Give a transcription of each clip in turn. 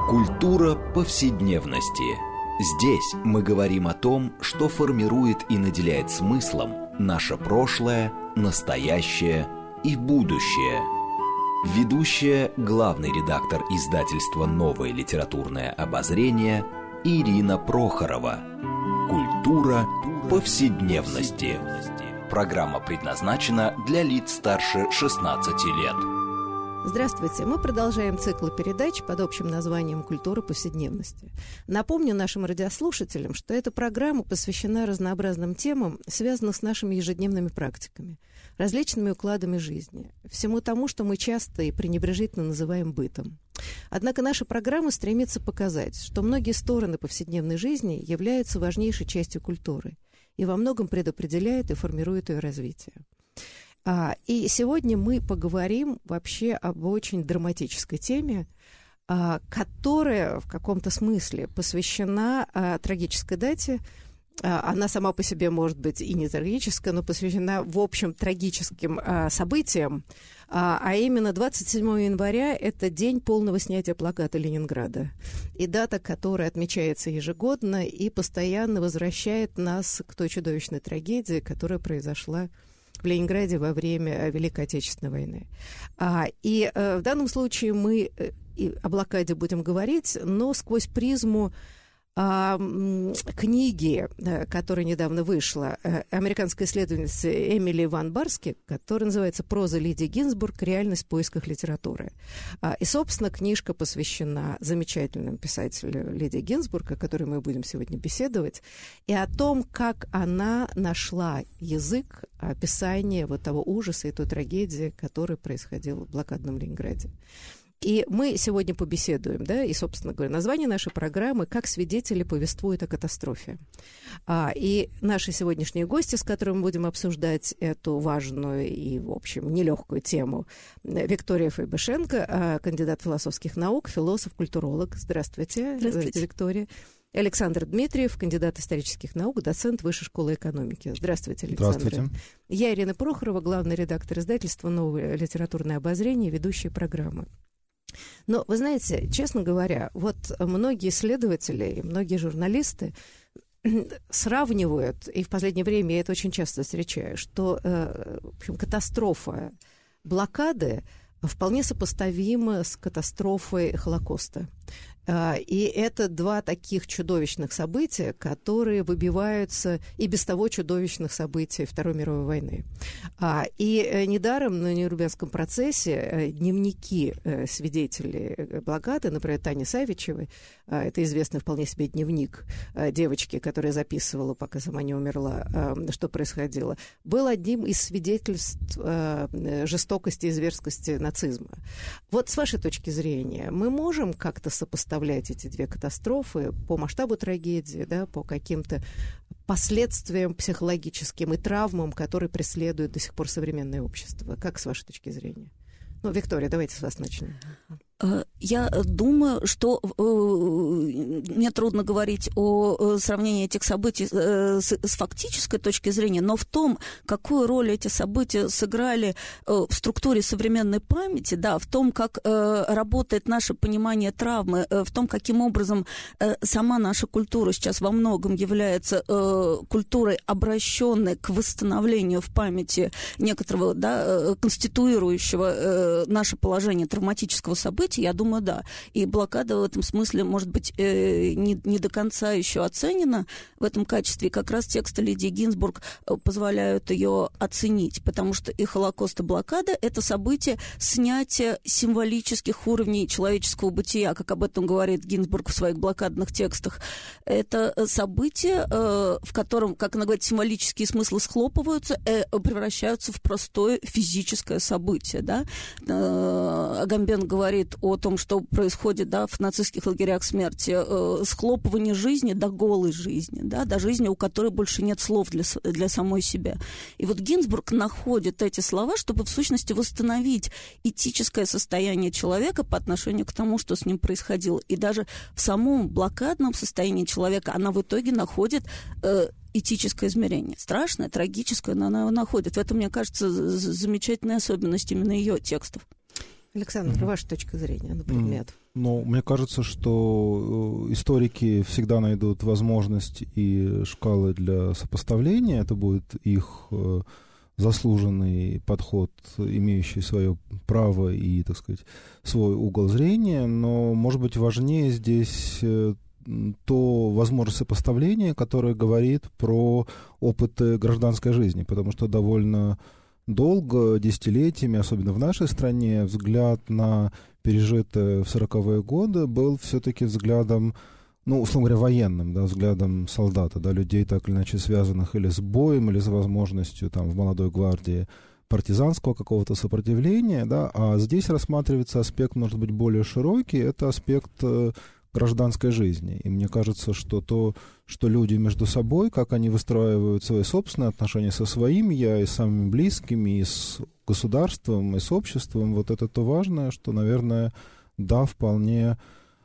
Культура повседневности. Здесь мы говорим о том, что формирует и наделяет смыслом наше прошлое, настоящее и будущее. Ведущая, главный редактор издательства «Новое литературное обозрение» Ирина Прохорова. Культура повседневности. Программа предназначена для лиц старше 16 лет. Здравствуйте. Мы продолжаем цикл передач под общим названием «Культура повседневности». Напомню нашим радиослушателям, что эта программа посвящена разнообразным темам, связанным с нашими ежедневными практиками, различными укладами жизни, всему тому, что мы часто и пренебрежительно называем бытом. Однако наша программа стремится показать, что многие стороны повседневной жизни являются важнейшей частью культуры и во многом предопределяют и формируют ее развитие. И сегодня мы поговорим вообще об очень драматической теме, которая в каком-то смысле посвящена трагической дате. Она сама по себе может быть и не трагическая, но посвящена, в общем, трагическим событиям. А именно 27 января – это день полного снятия блокады Ленинграда. И дата, которая отмечается ежегодно и постоянно возвращает нас к той чудовищной трагедии, которая произошла в Ленинграде во время Великой Отечественной войны. И в данном случае мы о блокаде будем говорить, но сквозь призму книги, которая недавно вышла, американской исследовательницы Эмили Ван Барски, которая называется «Проза Лидии Гинзбург. Реальность в поисках литературы». И, собственно, книжка посвящена замечательному писателю Лидии Гинзбург, о которой мы будем сегодня беседовать, и о том, как она нашла язык описания вот того ужаса и той трагедии, которая происходила в блокадном Ленинграде. И мы сегодня побеседуем, да, и, собственно говоря, название нашей программы «Как свидетели повествуют о катастрофе». И наши сегодняшние гости, с которыми мы будем обсуждать эту важную и, в общем, нелегкую тему, Виктория Файбышенко, кандидат философских наук, философ, культуролог. Здравствуйте. Здравствуйте, Виктория. Александр Дмитриев, кандидат исторических наук, доцент Высшей школы экономики. Здравствуйте, Александр. Здравствуйте. Я Ирина Прохорова, главный редактор издательства «Новое литературное обозрение», ведущая программы. Но, вы знаете, честно говоря, вот многие исследователи и многие журналисты сравнивают, и в последнее время я это очень часто встречаю, что в общем, катастрофа блокады вполне сопоставима с катастрофой Холокоста. И это два таких чудовищных события, которые выбиваются и без того чудовищных событий Второй мировой войны. И недаром на Нюрнбергском процессе дневники свидетелей блокады, например, Тани Савичевой, это известный вполне себе дневник девочки, которая записывала, пока сама не умерла, что происходило, был одним из свидетельств жестокости и зверскости нацизма. Вот с вашей точки зрения, мы можем как-то сопоставлять эти две катастрофы по масштабу трагедии, да, по каким-то последствиям психологическим и травмам, которые преследуют до сих пор современное общество? Как с вашей точки зрения? Ну, Виктория, давайте с вас начнем. Я думаю, что мне трудно говорить о сравнении этих событий с фактической точки зрения, но в том, какую роль эти события сыграли в структуре современной памяти, да, в том, как работает наше понимание травмы, в том, каким образом сама наша культура сейчас во многом является культурой, обращенной к восстановлению в памяти некоторого, да, конституирующего наше положение травматического события, я думаю, да. И блокада в этом смысле, может быть, не до конца еще оценена в этом качестве. И как раз тексты Лидии Гинзбург позволяют ее оценить, потому что и Холокост, и блокада — это события снятия символических уровней человеческого бытия, как об этом говорит Гинзбург в своих блокадных текстах. Это события, в котором, как она говорит, символические смыслы схлопываются, превращаются в простое физическое событие. Да? Агамбен говорит о том, что происходит, да, в нацистских лагерях смерти, схлопывание жизни до голой жизни, да, до жизни, у которой больше нет слов для самой себя. И вот Гинзбург находит эти слова, чтобы в сущности восстановить этическое состояние человека по отношению к тому, что с ним происходило. И даже в самом блокадном состоянии человека она в итоге находит этическое измерение. Страшное, трагическое, но она его находит. В этом, мне кажется, замечательная особенность именно ее текстов. Александр, ваша точка зрения на предмет? Ну, мне кажется, что историки всегда найдут возможность и шкалы для сопоставления. Это будет их заслуженный подход, имеющий свое право и, так сказать, свой угол зрения. Но, может быть, важнее здесь то возможность сопоставления, которая говорит про опыты гражданской жизни, потому что довольно долго, десятилетиями, особенно в нашей стране, взгляд на пережитое в 40-е годы был все-таки взглядом, ну, условно говоря, военным, да, взглядом солдата, да, людей, так или иначе связанных или с боем, или с возможностью там в молодой гвардии партизанского какого-то сопротивления, да, а здесь рассматривается аспект, может быть, более широкий, это аспект гражданской жизни. И мне кажется, что то, что люди между собой, как они выстраивают свои собственные отношения со своим «я», и с самыми близкими, и с государством, и с обществом, вот это то важное, что, наверное, да, вполне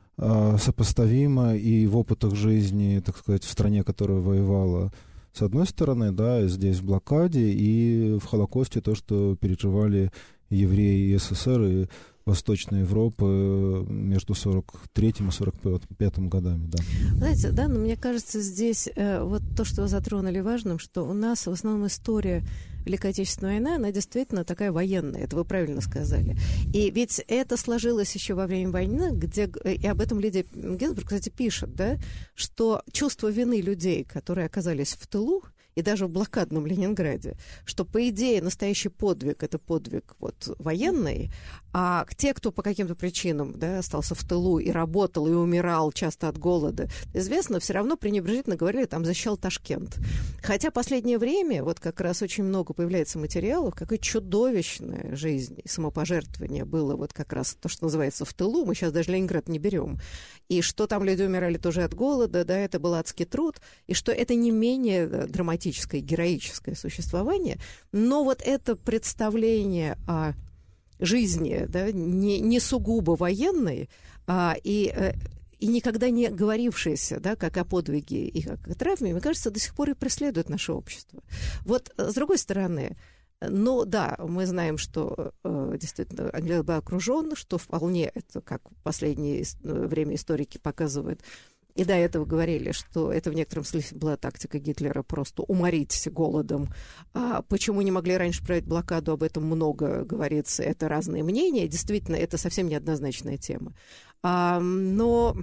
сопоставимо и в опытах жизни, так сказать, в стране, которая воевала, с одной стороны, да, и здесь в блокаде, и в Холокосте то, что переживали евреи СССР и Восточной Европы между 43-м и 45-м годами, да. Знаете, да, но мне кажется, здесь вот то, что вы затронули важным, что у нас в основном история Великой Отечественной войны, она действительно такая военная, это вы правильно сказали. И ведь это сложилось еще во время войны, где, и об этом Лидия Гинзбург, кстати, пишет, да, что чувство вины людей, которые оказались в тылу, и даже в блокадном Ленинграде, что, по идее, настоящий подвиг — это подвиг вот военный, а те, кто по каким-то причинам, да, остался в тылу и работал, и умирал часто от голода, известно, все равно пренебрежительно говорили, там, защищал Ташкент. Хотя последнее время вот как раз очень много появляется материалов, какая чудовищная жизнь и самопожертвование было вот как раз то, что называется в тылу, мы сейчас даже Ленинград не берем, и что там люди умирали тоже от голода, да, это был адский труд, и что это не менее драматическое, героическое существование, но вот это представление о жизни, да, не сугубо военной, и никогда не говорившееся, да, как о подвиге и как о травме, мне кажется, до сих пор и преследует наше общество. Вот с другой стороны, ну да, мы знаем, что действительно Англия была окружена, что вполне это, как в последнее время историки показывают, и до этого говорили, что это в некотором смысле была тактика Гитлера просто уморить голодом. Почему не могли раньше проводить блокаду, об этом много говорится, это разные мнения, действительно, это совсем неоднозначная тема. Но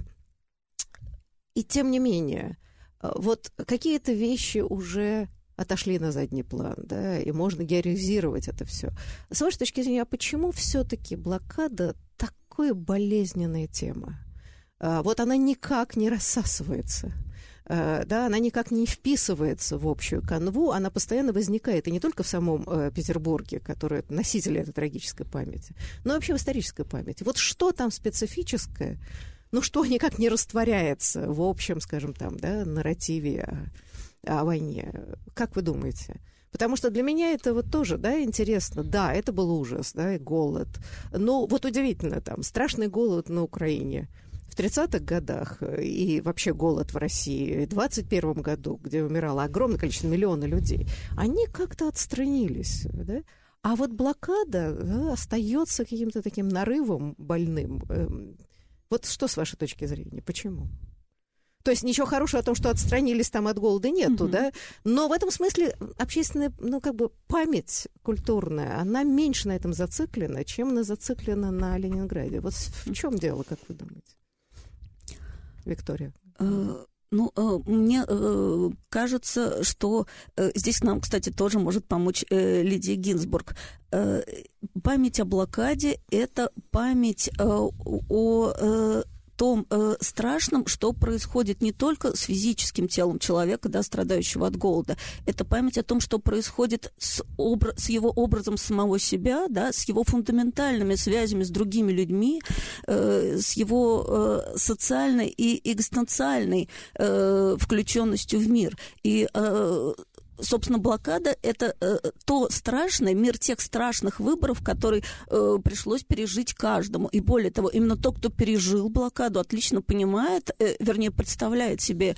и тем не менее, вот какие-то вещи уже отошли на задний план, да, и можно героизировать это все. С вашей точки зрения, а почему все-таки блокада такая болезненная тема? Вот она никак не рассасывается, да, она никак не вписывается в общую канву, она постоянно возникает, и не только в самом Петербурге, который носитель этой трагической памяти, но вообще в исторической памяти. Вот что там специфическое, ну, что никак не растворяется в общем, скажем, там, да, нарративе о войне. Как вы думаете? Потому что для меня это вот тоже, да, интересно. Да, это был ужас, да, и голод. Но вот удивительно, там, страшный голод на Украине в 30-х годах и вообще голод в России в 21 году, где умирало огромное количество, миллионов людей, они как-то отстранились, да? А вот блокада, да, остается каким-то таким нарывом больным. Вот что с вашей точки зрения? Почему? То есть ничего хорошего о том, что отстранились там от голода, нету, да? Но в этом смысле общественная, ну, как бы память культурная, она меньше на этом зациклена, чем она зациклена на Ленинграде. Вот в чем дело, как вы думаете? Виктория. Ну, мне кажется, что здесь нам, кстати, тоже может помочь Лидия Гинзбург. Память о блокаде — это память о том страшном, что происходит не только с физическим телом человека, да, страдающего от голода. Это память о том, что происходит с его образом самого себя, да, с его фундаментальными связями с другими людьми, с его социальной и экзистенциальной включенностью в мир. И собственно, блокада — это то страшное, мир тех страшных выборов, которые пришлось пережить каждому. И более того, именно тот, кто пережил блокаду, отлично понимает, вернее, представляет себе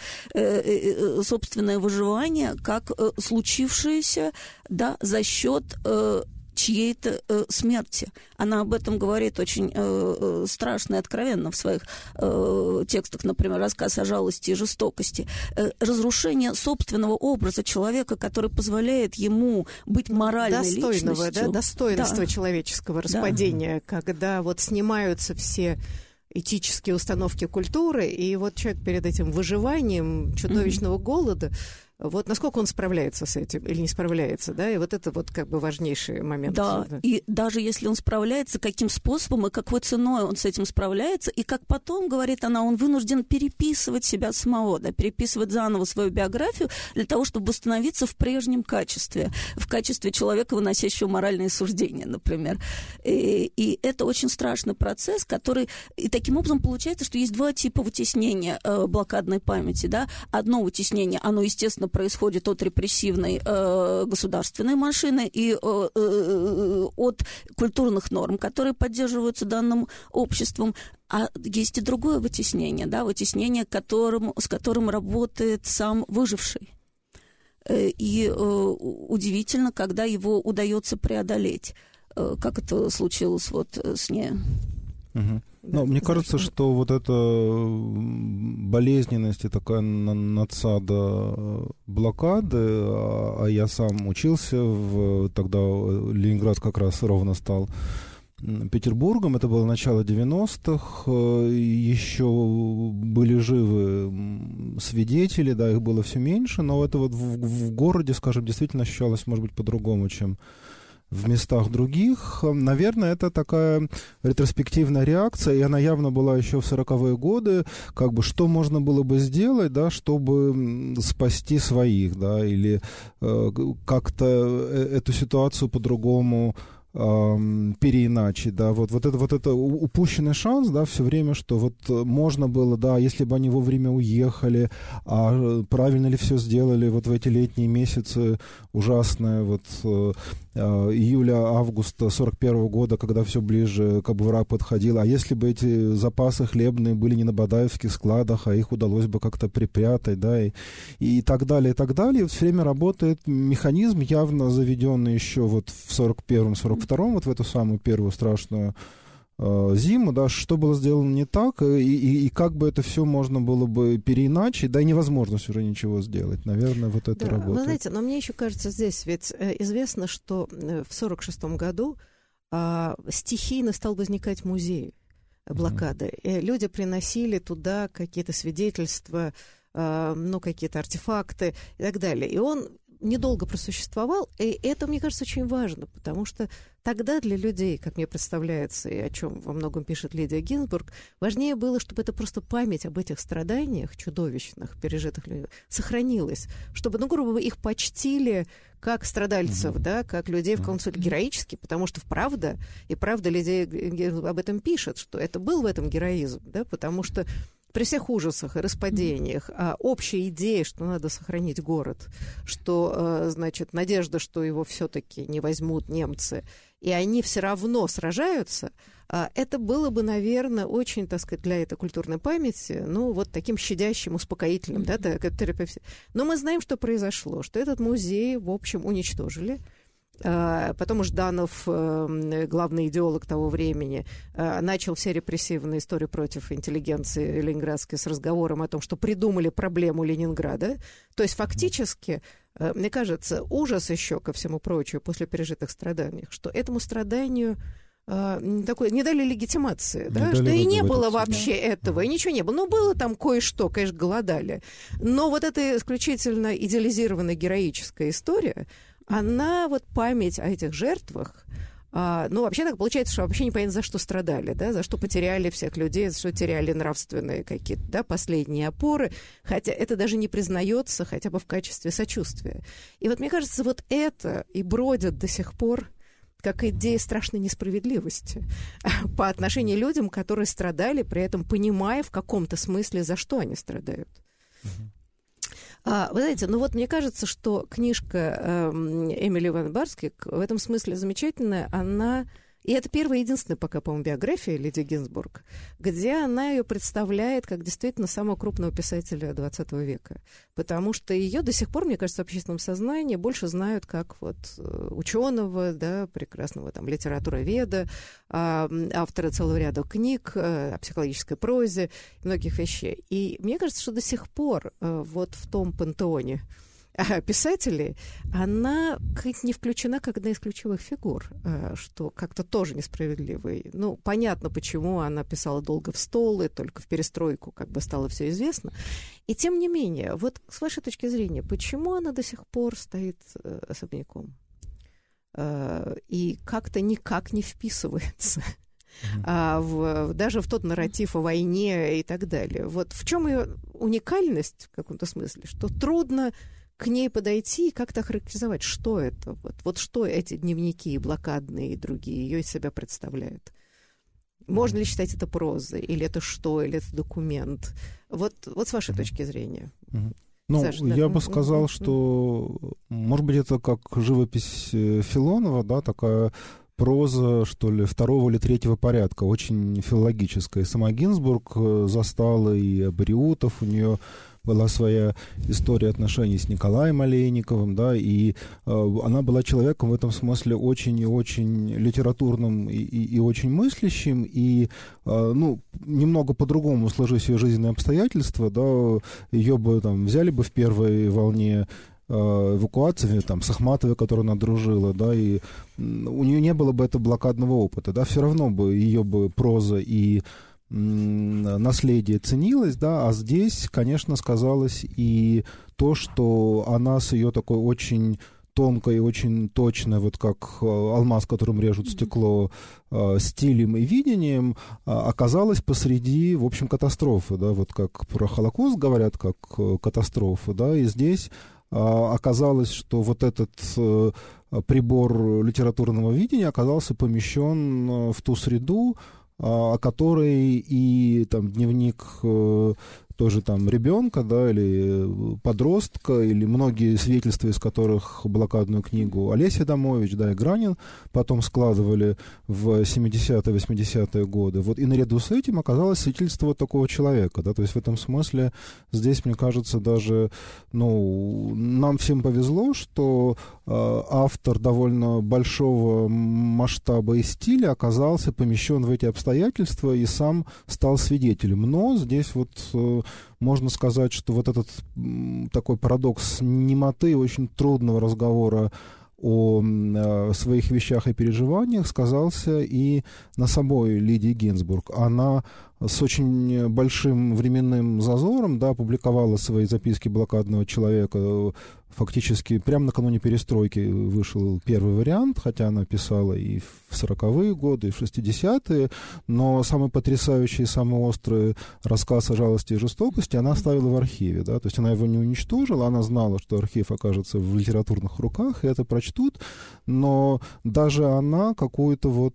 собственное выживание как случившееся, да, за счет чьей-то смерти. Она об этом говорит очень страшно и откровенно в своих текстах, например, рассказ о жалости и жестокости. Разрушение собственного образа человека, который позволяет ему быть моральной личностью. Достоинства человеческого распадения, когда вот снимаются все этические установки культуры, и вот человек перед этим выживанием чудовищного голода, вот насколько он справляется с этим или не справляется, да, и вот это вот как бы важнейший момент. Да, и даже если он справляется, каким способом и какой ценой он с этим справляется, и как потом, говорит она, он вынужден переписывать себя самого, да, переписывать заново свою биографию для того, чтобы восстановиться в прежнем качестве, в качестве человека, выносящего моральные суждения, например. И это очень страшный процесс, который... И таким образом получается, что есть два типа вытеснения блокадной памяти, да. Одно вытеснение, оно, естественно, происходит от репрессивной государственной машины и от культурных норм, которые поддерживаются данным обществом. А есть и другое вытеснение, да, вытеснение, с которым работает сам выживший. И удивительно, когда его удается преодолеть, как это случилось вот с ней. Угу. Но мне кажется, что вот эта болезненность и такая надсада блокады, а я сам учился, тогда Ленинград как раз ровно стал Петербургом, это было начало 90-х, еще были живы свидетели, да, их было все меньше, но это вот в городе, скажем, действительно ощущалось, может быть, по-другому, чем в местах других. Наверное, это такая ретроспективная реакция, и она явно была еще в 40-е годы, как бы, что можно было бы сделать, да, чтобы спасти своих, да, или как-то эту ситуацию по-другому переиначить, да, вот это упущенный шанс, да, все время, что вот можно было, да, если бы они вовремя уехали, а правильно ли все сделали вот в эти летние месяцы ужасные, вот июля-августа 41 года, когда все ближе к враг подходил, а если бы эти запасы хлебные были не на Бадаевских складах, а их удалось бы как-то припрятать, да, и так далее, и так далее. Все время работает механизм, явно заведенный еще вот в 41-42, вот в эту самую первую страшную зиму, да, что было сделано не так, и как бы это все можно было бы переиначить, да и невозможно уже ничего сделать. Наверное, вот это работает. Вы знаете, но мне еще кажется, здесь ведь известно, что в 46-м году стихийно стал возникать музей блокады. И люди приносили туда какие-то свидетельства, какие-то артефакты и так далее. И он недолго просуществовал, и это, мне кажется, очень важно, потому что тогда для людей, как мне представляется, и о чем во многом пишет Лидия Гинзбург, важнее было, чтобы это просто память об этих страданиях чудовищных, пережитых людьми, сохранилась, чтобы, грубо говоря, их почтили как страдальцев, да, как людей в каком-то смысле героически, потому что правда Лидия об этом пишет, что это был в этом героизм, да, потому что при всех ужасах и распадениях, общая идея, что надо сохранить город, что, значит, надежда, что его все-таки не возьмут немцы, и они все равно сражаются, это было бы, наверное, очень, так сказать, для этой культурной памяти, вот таким щадящим, успокоительным, да, терапевтическим. Но мы знаем, что произошло, что этот музей, в общем, уничтожили. Потом Жданов, главный идеолог того времени, начал все репрессивные истории против интеллигенции ленинградской с разговором о том, что придумали проблему Ленинграда. То есть фактически, мне кажется, ужас еще ко всему прочему после пережитых страданий, что этому страданию не дали легитимации, да, что и не было вообще этого, и ничего не было. Ну, было там кое-что, конечно, голодали. Но вот эта исключительно идеализированная героическая история, она, память о этих жертвах, вообще так получается, что вообще непонятно, за что страдали, да, за что потеряли всех людей, за что теряли нравственные какие-то, да, последние опоры, хотя это даже не признается хотя бы в качестве сочувствия. И мне кажется, это и бродит до сих пор как идея страшной несправедливости по отношению к людям, которые страдали, при этом понимая в каком-то смысле, за что они страдают. Вы знаете, мне кажется, что книжка Эмили Ван Барских в этом смысле замечательная. Она И это первая и единственная пока, по-моему, биография Лидии Гинзбург, где она ее представляет как действительно самого крупного писателя XX века. Потому что ее до сих пор, мне кажется, в общественном сознании больше знают как вот ученого, да, прекрасного там литературоведа, автора целого ряда книг о психологической прозе, многих вещей. И мне кажется, что до сих пор вот в том пантеоне писателей она не включена как одна из ключевых фигур, что как-то тоже несправедливо. Ну, понятно, почему она писала долго в стол, и только в перестройку как бы стало все известно. И тем не менее, вот с вашей точки зрения, почему она до сих пор стоит особняком? И как-то никак не вписывается даже в тот нарратив о войне и так далее. Вот в чем ее уникальность в каком-то смысле, что трудно к ней подойти и как-то охарактеризовать, что это, вот что эти дневники блокадные и другие ее из себя представляют. Можно ли считать это прозой, или это что, или это документ? Вот с вашей точки зрения. Ну, Саша, я бы сказал, что, может быть, это как живопись Филонова, да, такая проза, что ли, второго или третьего порядка, очень филологическая. И сама Гинзбург застала, и Абариутов, у нее была своя история отношений с Николаем Олейниковым, да, и она была человеком в этом смысле очень и очень литературным и очень мыслящим, и, ну, немного по-другому сложились ее жизненные обстоятельства, да, ее бы там взяли бы в первой волне эвакуации, там, с Ахматовой, которую она дружила, да, и у нее не было бы этого блокадного опыта, да, все равно бы ее бы проза и наследие ценилось, да, а здесь, конечно, сказалось и то, что она с ее такой очень тонкой, очень точной, вот как алмаз, которым режут стекло, стилем и видением, оказалась посреди, в общем, катастрофы, да, вот как про Холокост говорят, как катастрофу, да, и здесь оказалось, что вот этот прибор литературного видения оказался помещен в ту среду, о которой и там дневник тоже там ребенка, да, или подростка, или многие свидетельства, из которых блокадную книгу Олеся Адамович, да, и Гранин потом складывали в 70-е, 80-е годы. Вот и наряду с этим оказалось свидетельство вот такого человека, да, то есть в этом смысле здесь, мне кажется, даже, ну, нам всем повезло, что автор довольно большого масштаба и стиля оказался помещен в эти обстоятельства и сам стал свидетелем. Но здесь вот можно сказать, что вот этот такой парадокс немоты, очень трудного разговора о своих вещах и переживаниях сказался и на самой Лидии Гинзбург. Она с очень большим временным зазором, да, публиковала свои записки блокадного человека. Фактически прямо накануне перестройки вышел первый вариант, хотя она писала и в 40-е годы, и в 60-е, но самый потрясающий, самый острый рассказ о жалости и жестокости она оставила в архиве, да, то есть она его не уничтожила, она знала, что архив окажется в литературных руках, и это прочтут, но даже она какую-то вот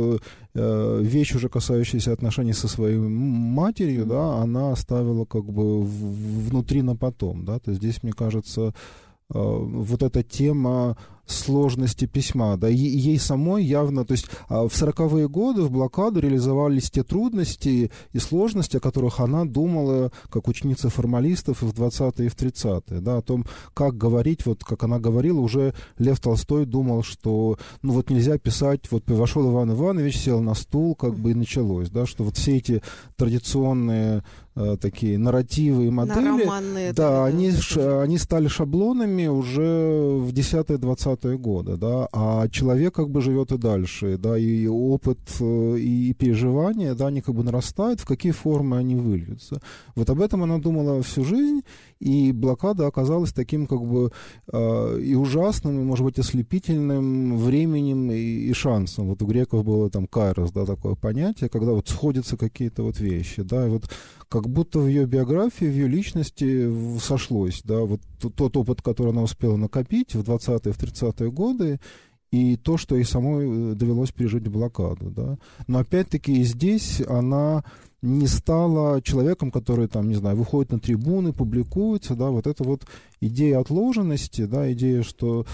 вещь, уже касающаяся отношений со своей матерью, да, она оставила как бы внутри на потом, да, то есть здесь, мне кажется, вот эта тема сложности письма, да, ей самой явно, то есть в 40-е годы в блокаду реализовались те трудности и сложности, о которых она думала, как ученица формалистов и в 20-е, и в 30-е, да, о том, как говорить, вот как она говорила, уже Лев Толстой думал, что, ну, вот нельзя писать, вот вошел Иван Иванович, сел на стул, как бы и началось, да, что вот все эти традиционные такие нарративы и модели, да, они стали шаблонами уже в 10-е, 20-е годы, да, а человек как бы живет и дальше, да, и опыт, и переживания, да, они как бы нарастают, в какие формы они выльются. Вот об этом она думала всю жизнь, и блокада оказалась таким как бы и ужасным, и, может быть, ослепительным временем и шансом. Вот у греков было там кайрос, да, такое понятие, когда вот сходятся какие-то вот вещи, да, и вот как будто в ее биографии, в ее личности сошлось, да, вот тот опыт, который она успела накопить в 20-е, в 30-е годы, и то, что ей самой довелось пережить блокаду, да. Но опять-таки и здесь она не стала человеком, который, там, не знаю, выходит на трибуны, публикуется, да, вот это вот идея отложенности, да, идея, что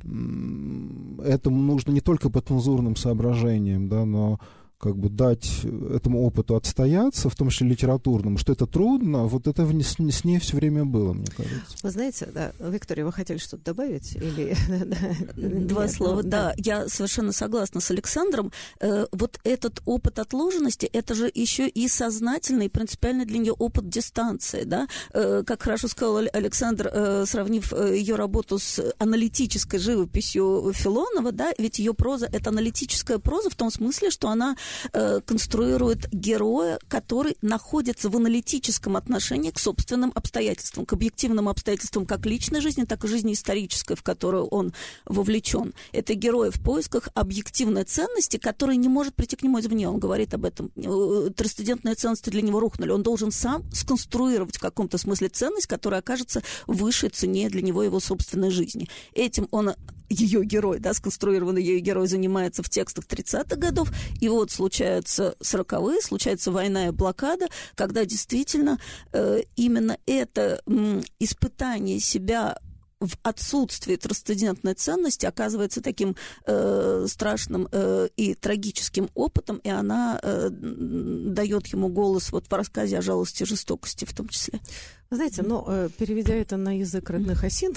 этому нужно не только по цензурным соображениям, да, но как бы дать этому опыту отстояться, в том числе литературному, что это трудно, вот это с ней все время было, мне кажется. Вы знаете, да, Виктория, вы хотели что-то добавить? Или... Два слова. Да, я совершенно согласна с Александром. Вот этот опыт отложенности, это же еще и сознательный, принципиальный для нее опыт дистанции, да? Как хорошо сказал Александр, сравнив ее работу с аналитической живописью Филонова, да, ведь ее проза — это аналитическая проза в том смысле, что она конструирует героя, который находится в аналитическом отношении к собственным обстоятельствам, к объективным обстоятельствам как личной жизни, так и жизни исторической, в которую он вовлечен. Это герой в поисках объективной ценности, которая не может прийти к нему извне. Он говорит об этом. Трансцендентные ценности для него рухнули. Он должен сам сконструировать в каком-то смысле ценность, которая окажется выше, ценнее для него его собственной жизни. Этим он, ее герой, да, сконструированный ее герой, занимается в текстах 30-х годов, и вот случаются 40-е, случается война и блокада, когда действительно именно это испытание себя в отсутствии трансцендентной ценности оказывается таким страшным и трагическим опытом, и она дает ему голос вот в рассказе о жалости и жестокости в том числе. Знаете, переведя это на язык родных осин,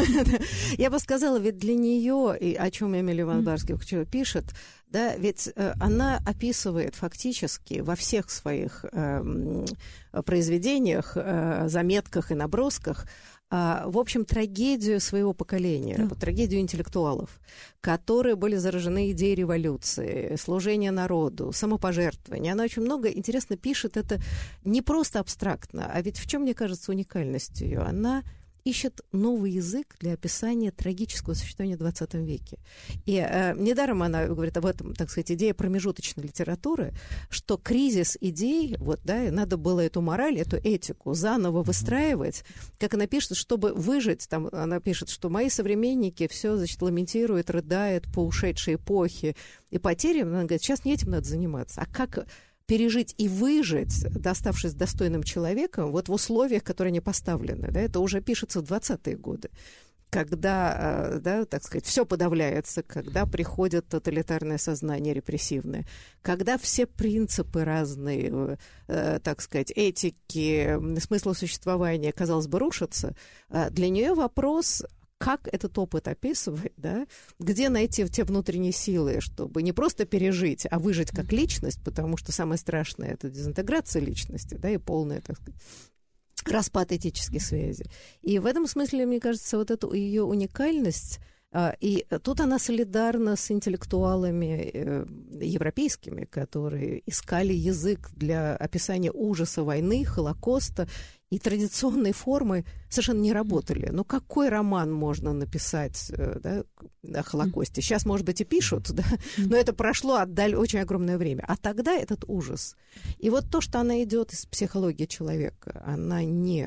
я бы сказала, ведь для нее, и о чем Эмилия ван Барских пишет, да, ведь она описывает фактически во всех своих произведениях, заметках и набросках, в общем, трагедию своего поколения, вот, трагедию интеллектуалов, которые были заражены идеей революции, служения народу, самопожертвования. Она очень много интересно пишет это не просто абстрактно, а ведь в чем, мне кажется, уникальность ее? Она ищет новый язык для описания трагического существования в XX веке. И недаром она говорит об этом, так сказать, идея промежуточной литературы, что кризис идей, вот, да, надо было эту мораль, эту этику заново выстраивать, как она пишет, чтобы выжить, там она пишет, что мои современники все, значит, ламентируют, рыдают по ушедшей эпохе и потерям. Она говорит, сейчас не этим надо заниматься, а как пережить и выжить, доставшись достойным человеком, вот в условиях, которые не поставлены. Да, это уже пишется в 20-е годы, когда, да, так сказать, все подавляется, когда приходит тоталитарное сознание репрессивное, когда все принципы разные, так сказать, этики, смысла существования, казалось бы, рушатся. Для нее вопрос, как этот опыт описывать, да? Где найти те внутренние силы, чтобы не просто пережить, а выжить как личность, потому что самое страшное — это дезинтеграция личности, да, и полная, так сказать, распад этических связей. И в этом смысле, мне кажется, вот эта ее уникальность, и тут она солидарна с интеллектуалами европейскими, которые искали язык для описания ужаса войны, Холокоста, и традиционные формы совершенно не работали. Ну, какой роман можно написать, да, о Холокосте? Сейчас, может быть, и пишут, да, но это прошло очень огромное время. А тогда этот ужас. И вот то, что она идет из психологии человека, она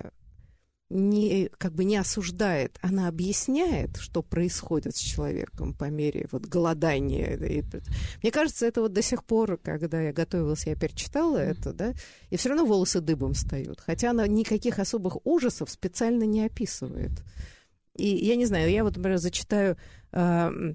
как бы не осуждает, она объясняет, что происходит с человеком по мере вот голодания. И, мне кажется, это вот до сих пор, когда я готовилась, я перечитала это, да, и все равно волосы дыбом встают, хотя она никаких особых ужасов специально не описывает. И я не знаю, я вот, например, зачитаю, как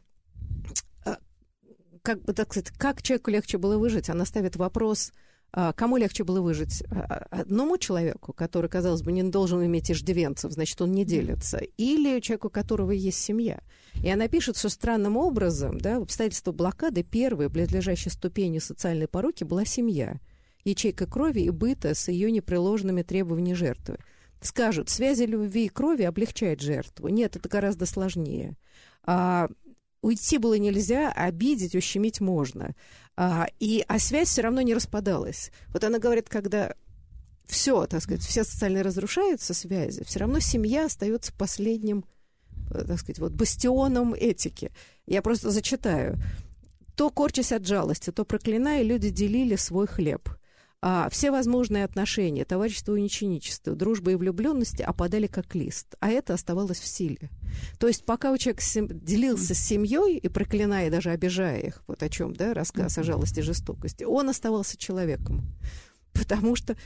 бы, так сказать, как человеку легче было выжить. Она ставит вопрос: кому легче было выжить? Одному человеку, который, казалось бы, не должен иметь иждивенцев, значит, он не делится, или человеку, у которого есть семья? И она пишет, что странным образом, да, в обстоятельствах блокады первой, близлежащей ступенью социальной пороки, была семья, ячейка крови и быта с ее непреложными требованиями жертвы. Скажут, связи любви и крови облегчают жертву. Нет, это гораздо сложнее. Уйти было нельзя, а обидеть, ущемить можно. А связь все равно не распадалась. Вот она говорит, когда все, так сказать, все социально разрушаются связи, все равно семья остается последним, так сказать, вот бастионом этики. Я просто зачитаю. То, корчась от жалости, то проклиная, люди делили свой хлеб. Все возможные отношения, товарищество и ученичество, дружба и влюбленности опадали как лист, а это оставалось в силе. То есть пока человек делился с семьей и проклиная, даже обижая их, вот о чем, да, рассказ о жалости и жестокости, он оставался человеком. потому что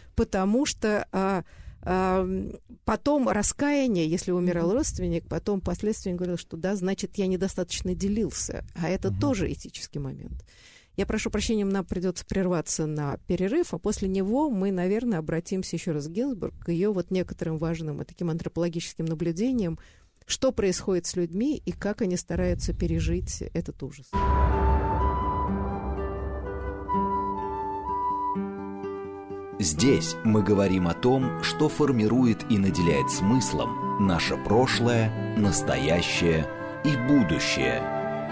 потом раскаяние, если умирал родственник, потом впоследствии говорил, что да, значит, я недостаточно делился. А это тоже этический момент. Я прошу прощения, нам придется прерваться на перерыв, а после него мы, наверное, обратимся еще раз к Гинзбург, к ее вот некоторым важным и таким антропологическим наблюдениям, что происходит с людьми и как они стараются пережить этот ужас. Здесь мы говорим о том, что формирует и наделяет смыслом наше прошлое, настоящее и будущее.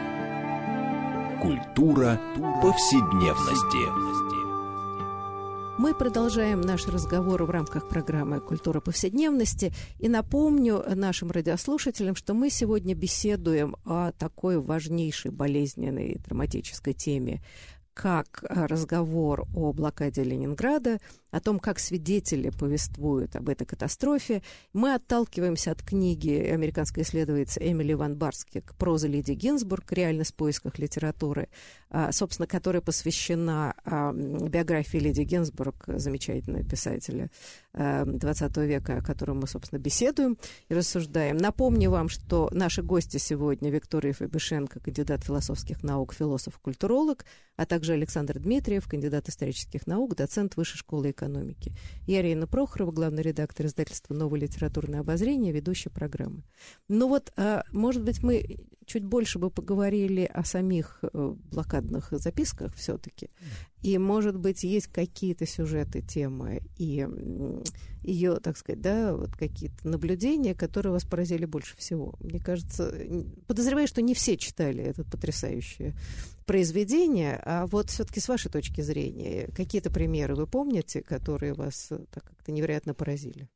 Культура повседневности. Мы продолжаем наш разговор в рамках программы «Культура повседневности». И напомню нашим радиослушателям, что мы сегодня беседуем о такой важнейшей, болезненной, драматической теме, как разговор о блокаде Ленинграда, о том, как свидетели повествуют об этой катастрофе. Мы отталкиваемся от книги американской исследовательницы Эмили Ван Барских «Проза Лидии Гинзбург. Реальность в поисках литературы», собственно, которая посвящена биографии Лидии Гинзбург, замечательного писателя XX века, о котором мы, собственно, беседуем и рассуждаем. Напомню вам, что наши гости сегодня Виктория Фабишенко, кандидат философских наук, философ-культуролог, а также Александр Дмитриев, кандидат исторических наук, доцент Высшей школы экономики. Я Ирина Прохорова, главный редактор издательства «Новое литературное обозрение», ведущая программы. Ну вот, может быть, мы чуть больше бы поговорили о самих блокадных записках все-таки. И, может быть, есть какие-то сюжеты, темы и ее, так сказать, да, вот какие-то наблюдения, которые вас поразили больше всего. Мне кажется, подозреваю, что не все читали это потрясающее произведение, а вот все-таки с вашей точки зрения, какие-то примеры вы помните, которые вас так как-то невероятно поразили?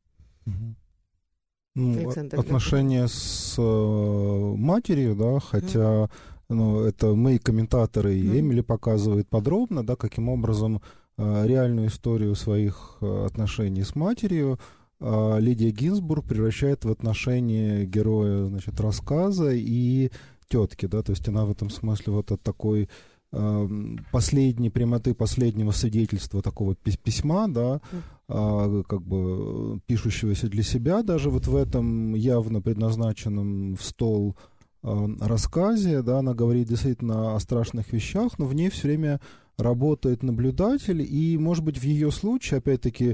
Отношения с матерью, да, хотя это мы, комментаторы, и Эмили показывает подробно, да, каким образом реальную историю своих отношений с матерью Лидия Гинзбург превращает в отношения героя, значит, рассказа и тетки, да, то есть она в этом смысле вот от такой последней прямоты, последнего свидетельства такого письма, да, как бы пишущегося для себя, даже вот в этом явно предназначенном в стол рассказе, да, она говорит действительно о страшных вещах, но в ней все время работает наблюдатель, и, может быть, в ее случае, опять-таки,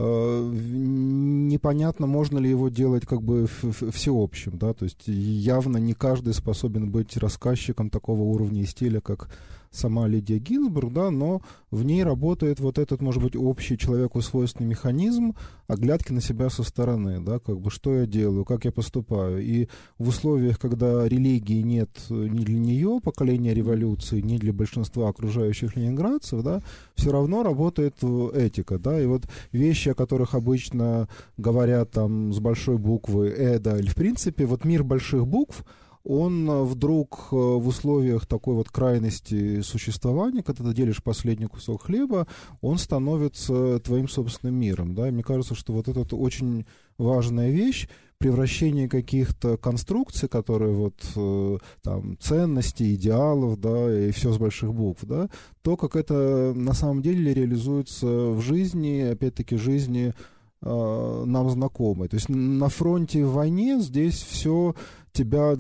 непонятно, можно ли его делать как бы всеобщим, да, то есть явно не каждый способен быть рассказчиком такого уровня и стиля, как сама Лидия Гинзбург, да, но в ней работает вот этот, может быть, общий человеку свойственный механизм оглядки на себя со стороны, да, как бы что я делаю, как я поступаю. И в условиях, когда религии нет ни для нее, поколения революции, ни для большинства окружающих ленинградцев, да, все равно работает этика, да, и вот вещи, о которых обычно говорят там с большой буквы да, или в принципе, вот мир больших букв, он вдруг в условиях такой вот крайности существования, когда ты делишь последний кусок хлеба, он становится твоим собственным миром, да, и мне кажется, что вот это очень важная вещь, превращение каких-то конструкций, которые вот там ценностей, идеалов, да, и все с больших букв, да, то, как это на самом деле реализуется в жизни, опять-таки, жизни нам знакомой. То есть на фронте в войне здесь все тебя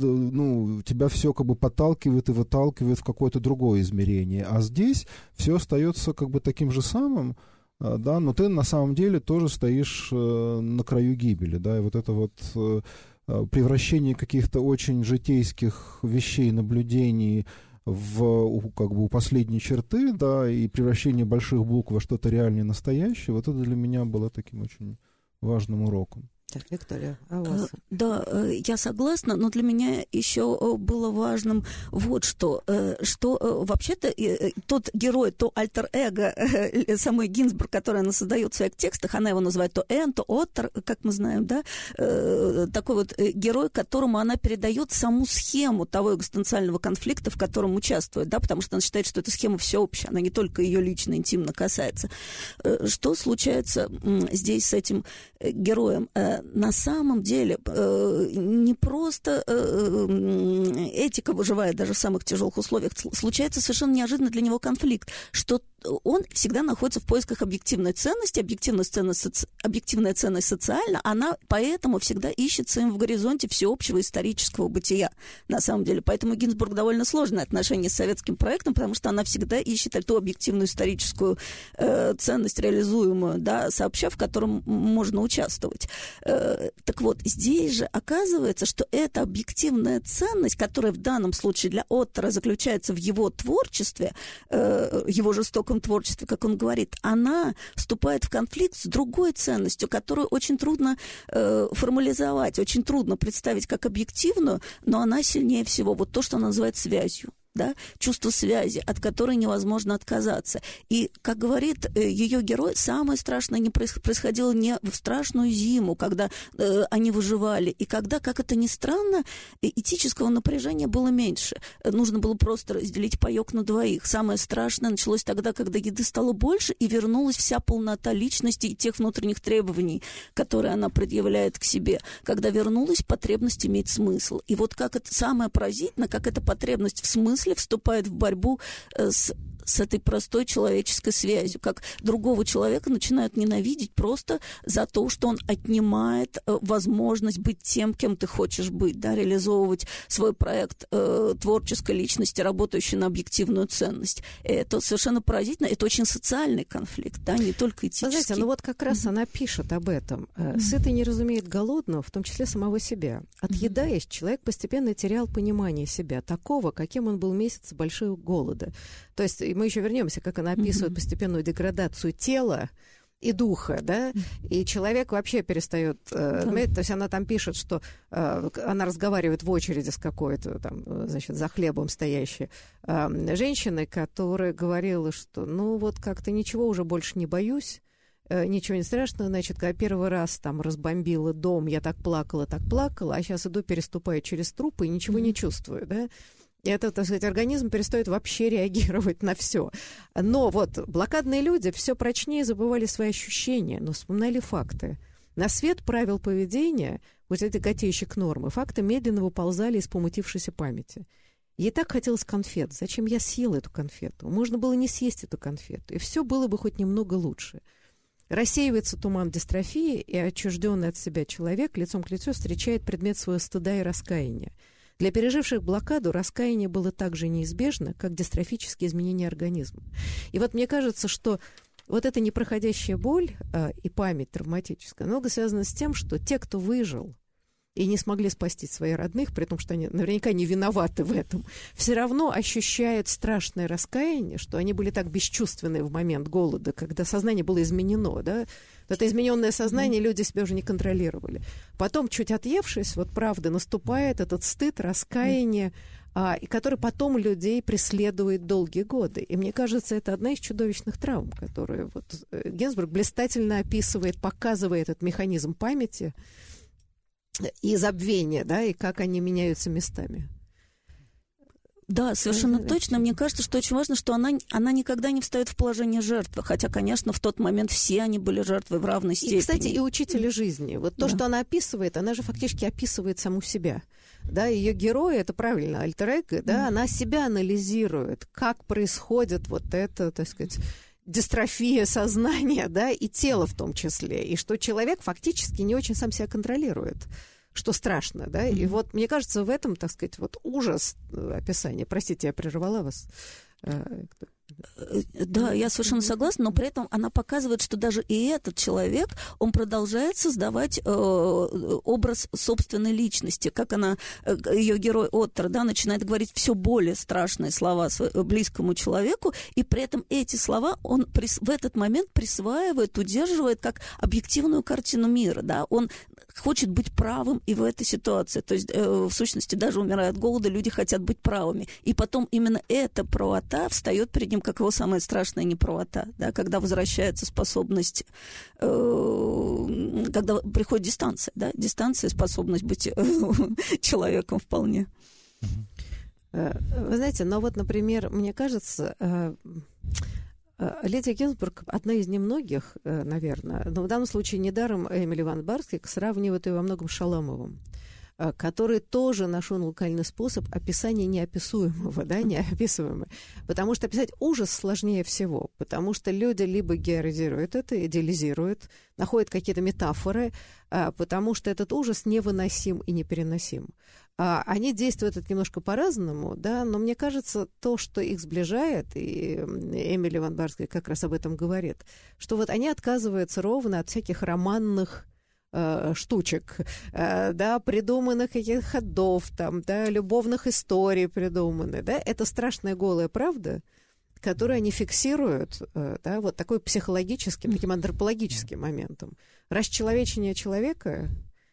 все как бы подталкивает и выталкивает в какое-то другое измерение. А здесь все остается как бы таким же самым, да, но ты на самом деле тоже стоишь на краю гибели, да, и вот это вот превращение каких-то очень житейских вещей, наблюдений как бы у последней черты, да, и превращение больших букв во что-то реальное, настоящее, вот это для меня было таким очень важным уроком. Так, Виктория, а у вас? Да, я согласна, но для меня еще было важным вот что вообще-то тот герой, то альтер-эго самой Гинзбург, который она создает в своих текстах, она его называет то Эн, то Оттер, как мы знаем, да, такой вот герой, которому она передает саму схему того экзистенциального конфликта, в котором участвует, да, потому что она считает, что эта схема всеобщая, она не только ее лично, интимно касается. Что случается здесь с этим героем? на самом деле не просто этика выживает даже в самых тяжелых условиях. Случается совершенно неожиданно для него конфликт, что он всегда находится в поисках объективной ценности, объективная ценность социальна, она поэтому всегда ищется им в горизонте всеобщего исторического бытия, на самом деле. Поэтому Гинзбург довольно сложное отношение с советским проектом, потому что она всегда ищет ту объективную историческую ценность, реализуемую, да, сообща, в котором можно участвовать. Так вот, здесь же оказывается, что эта объективная ценность, которая в данном случае для Оттера заключается в его творчестве, его жестоком творчестве, как он говорит, она вступает в конфликт с другой ценностью, которую очень трудно формализовать, очень трудно представить как объективную, но она сильнее всего. Вот то, что она называет связью. Да, чувство связи, от которой невозможно отказаться. И, как говорит ее герой, самое страшное не происходило не в страшную зиму, когда они выживали, и когда, как это ни странно, этического напряжения было меньше. Нужно было просто разделить паёк на двоих. Самое страшное началось тогда, когда еды стало больше, и вернулась вся полнота личности и тех внутренних требований, которые она предъявляет к себе. Когда вернулась потребность иметь смысл. И вот как это самое поразительное, как эта потребность в смысле вступает в борьбу с этой простой человеческой связью, как другого человека начинают ненавидеть просто за то, что он отнимает возможность быть тем, кем ты хочешь быть, да, реализовывать свой проект творческой личности, работающей на объективную ценность. Это совершенно поразительно, это очень социальный конфликт, да, не только этический. Знаете, ну вот как раз она пишет об этом. Сытый не разумеет голодного, в том числе самого себя. Отъедаясь, человек постепенно терял понимание себя, такого, каким он был месяц большого голода. То есть мы еще вернемся, как она описывает постепенную деградацию тела и духа, да, и человек вообще перестает, то есть она там пишет, что она разговаривает в очереди с какой-то там, значит, за хлебом стоящей женщиной, которая говорила, что ну вот как-то ничего уже больше не боюсь, ничего не страшно, значит, когда первый раз там разбомбила дом, я так плакала, а сейчас иду, переступаю через трупы и ничего не чувствую, да. И это, так сказать, организм перестает вообще реагировать на все. Но вот блокадные люди все прочнее забывали свои ощущения, но вспоминали факты. На свет правил поведения, вот эти котейщик нормы, факты медленно выползали из помутившейся памяти. Ей так хотелось конфет. Зачем я съела эту конфету? Можно было не съесть эту конфету, и все было бы хоть немного лучше. Рассеивается туман дистрофии, и отчужденный от себя человек лицом к лицу встречает предмет своего стыда и раскаяния. Для переживших блокаду раскаяние было так же неизбежно, как дистрофические изменения организма. И вот мне кажется, что вот эта непроходящая боль и память травматическая много связана с тем, что те, кто выжил и не смогли спасти своих родных, при том, что они наверняка не виноваты в этом, все равно ощущают страшное раскаяние, что они были так бесчувственны в момент голода, когда сознание было изменено, да? Это измененное сознание люди себя уже не контролировали. Потом, чуть отъевшись, вот правда, наступает этот стыд, раскаяние, который потом людей преследует долгие годы. И мне кажется, это одна из чудовищных травм, которую вот Гинзбург блистательно описывает, показывает этот механизм памяти и забвения, да, и как они меняются местами. Да, совершенно точно. Мне кажется, что очень важно, что она никогда не встает в положение жертвы. Хотя, конечно, в тот момент все они были жертвой в равной степени. И, кстати, и учителя жизни. Вот то, что она описывает, она же фактически описывает саму себя. Да, ее герой, это правильно, альтер-эго, да, она себя анализирует, как происходит вот это, так сказать, дистрофия сознания, да, и тела в том числе. И что человек фактически не очень сам себя контролирует. Что страшно, да, и вот, мне кажется, в этом, так сказать, вот ужас описания. Простите, я прервала вас. Да, я совершенно согласна, но при этом она показывает, что даже и этот человек, он продолжает создавать образ собственной личности, как она, ее герой Оттер, да, начинает говорить все более страшные слова близкому человеку, и при этом эти слова он в этот момент присваивает, удерживает как объективную картину мира, да, он хочет быть правым и в этой ситуации, то есть в сущности даже умирая от голода, люди хотят быть правыми, и потом именно эта правота встает перед ним как его самая страшная неправота, да, когда возвращается способность, когда приходит дистанция, да, дистанция, способность быть человеком вполне. Вы знаете, но вот, например, мне кажется, Лидия Гинзбург одна из немногих, наверное, но в данном случае недаром Эмили ван Барскик сравнивает ее во многом с Шаламовым, который тоже нашел локальный способ описания неописуемого, да, неописуемого. Потому что описать ужас сложнее всего, потому что люди либо героизируют это, идеализируют, находят какие-то метафоры, потому что этот ужас невыносим и непереносим. Они действуют это немножко по-разному, да, но мне кажется, то, что их сближает, и Эмили ван Барскик как раз об этом говорит, что вот они отказываются ровно от всяких романных штучек, да, придуманных каких-то ходов, там, да, любовных историй придуманных, да, это страшная голая правда, которую они фиксируют, да, вот такой психологическим, таким антропологическим моментом. Расчеловечение человека,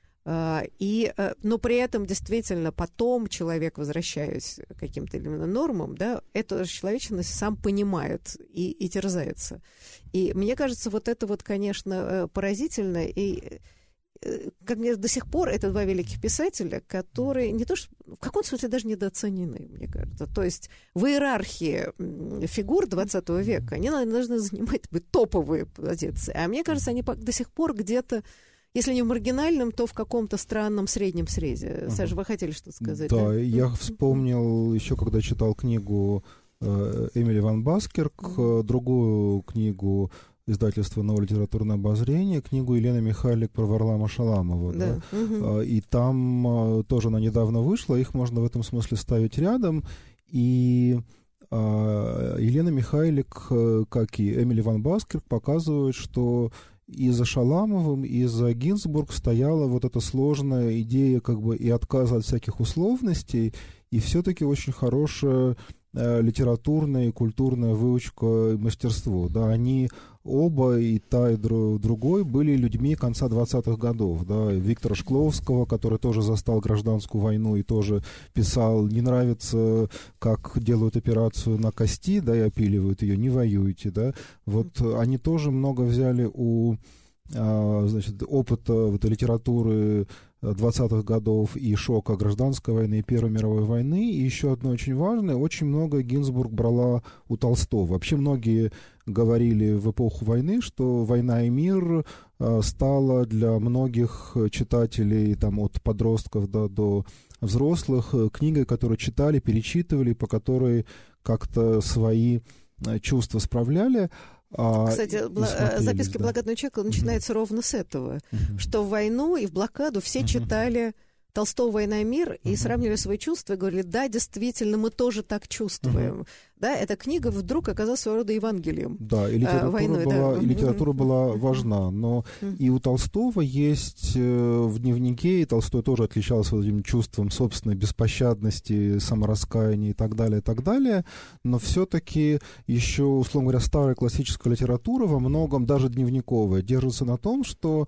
но при этом действительно потом человек, возвращаясь к каким-то именно нормам, да, эту расчеловеченность сам понимает и терзается. И мне кажется, вот это вот, конечно, поразительно, и как мне до сих пор это два великих писателя, которые не то что в каком-то смысле даже недооценены, мне кажется. То есть в иерархии фигур 20 века они должны занимать топовые позиции. А мне кажется, они до сих пор где-то, если не в маргинальном, то в каком-то странном среднем срезе. Саша, вы хотели что-то сказать? Да, я вспомнил еще, когда читал книгу Эмили ван Барскик, другую книгу издательства «Новое литературное обозрение», книгу Елены Михайлик про Варлама Шаламова. Да. Да? И там тоже она недавно вышла, их можно в этом смысле ставить рядом. И Елена Михайлик, как и Эмили ван Барскик, показывают, что и за Шаламовым, и за Гинзбург стояла вот эта сложная идея как бы и отказа от всяких условностей, и все-таки очень хорошая литературная и культурная выучка и мастерство. Да, они оба, и та, и другой, были людьми конца 20-х годов. Да. Виктора Шкловского, который тоже застал гражданскую войну и тоже писал: не нравится, как делают операцию на кости, да, и опиливают ее, не воюйте. Да. Вот они тоже много взяли у опыта вот, литературы 20-х годов и шока гражданской войны и Первой мировой войны. И еще одно очень важное, очень много Гинзбург брала у Толстого. Вообще многие говорили в эпоху войны, что «Война и мир» стала для многих читателей, там, от подростков до взрослых, книгой, которую читали, перечитывали, по которой как-то свои чувства справляли. Кстати, записки «Блокадного человека» начинаются ровно с этого, что в войну и в блокаду все читали Толстого «Война и мир» и сравнивали свои чувства и говорили: да, действительно, мы тоже так чувствуем. Да, эта книга вдруг оказалась своего рода Евангелием. Да, и литература была важна. Но и у Толстого есть в дневнике, и Толстой тоже отличался этим чувством собственной беспощадности, самораскаяния и так далее, но все-таки еще, условно говоря, старая классическая литература во многом, даже дневниковая, держится на том, что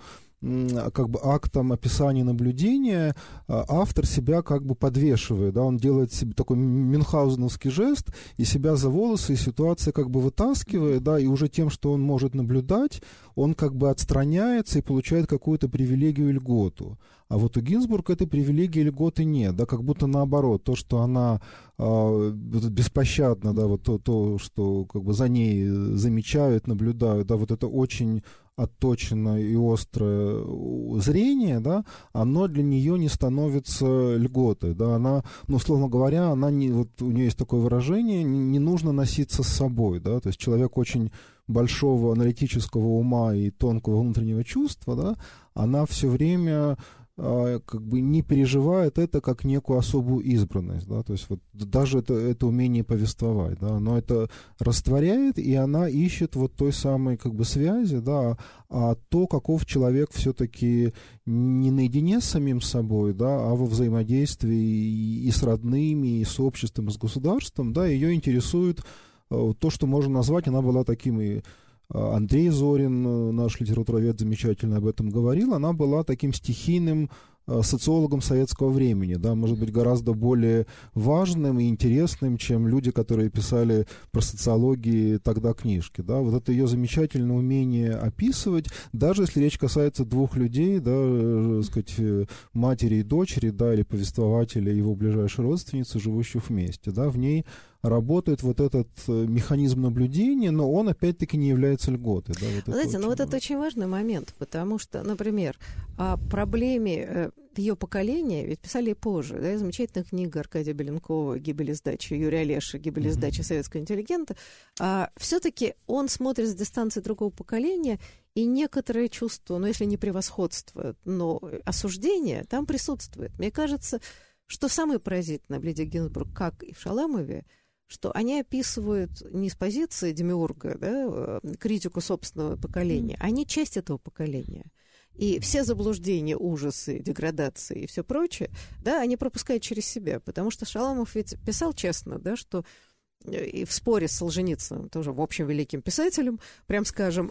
как бы актом описания наблюдения автор себя как бы подвешивает, да, он делает себе такой мюнхгаузеновский жест и себя за волосы из ситуации как бы вытаскивает, да, и уже тем, что он может наблюдать, он как бы отстраняется и получает какую-то привилегию и льготу. А вот у Гинзбург этой привилегии и льготы нет, да, как будто наоборот, то, что она беспощадна, да, вот то, что как бы за ней замечают, наблюдают, да, вот это очень отточенное и острое зрение, да, оно для нее не становится льготой, да, она, ну, условно говоря, она не, вот у нее есть такое выражение, не нужно носиться с собой, да, то есть человек очень большого аналитического ума и тонкого внутреннего чувства, да, она все время как бы не переживает это как некую особую избранность, да, то есть вот даже это умение повествовать, да, но это растворяет, и она ищет вот той самой как бы связи, да, а то, каков человек все-таки не наедине с самим собой, да, а во взаимодействии и с родными, и с обществом, и с государством, да, ее интересует то, что можно назвать, она была таким и Андрей Зорин, наш литературовед, замечательно об этом говорил, она была таким стихийным социологом советского времени, да, может быть, гораздо более важным и интересным, чем люди, которые писали про социологию тогда книжки, да. Вот это ее замечательное умение описывать, даже если речь касается двух людей, да, сказать, матери и дочери, да, или повествователя и его ближайшей родственницы, живущих вместе, да, в ней работает вот этот механизм наблюдения, но он, опять-таки, не является льготой. Да, вот знаете, ну вот это очень важный момент, потому что, например, о проблеме ее поколения ведь писали и позже. Да, замечательная книга Аркадия Беленкова «Гибель и сдача», Юрия Олеша «Гибель и сдача советского интеллигента». Все-таки он смотрит с дистанции другого поколения, и некоторое чувство, ну, если не превосходство, но осуждение там присутствует. Мне кажется, что самое поразительное в Лидии Гинзбург, как и в Шаламове, что они описывают не с позиции демиурга, да, критику собственного поколения, они часть этого поколения. И все заблуждения, ужасы, деградации и все прочее, да, они пропускают через себя. Потому что Шаламов ведь писал честно, да, что и в споре с Солженицыным, тоже, в общем, великим писателем, прям скажем,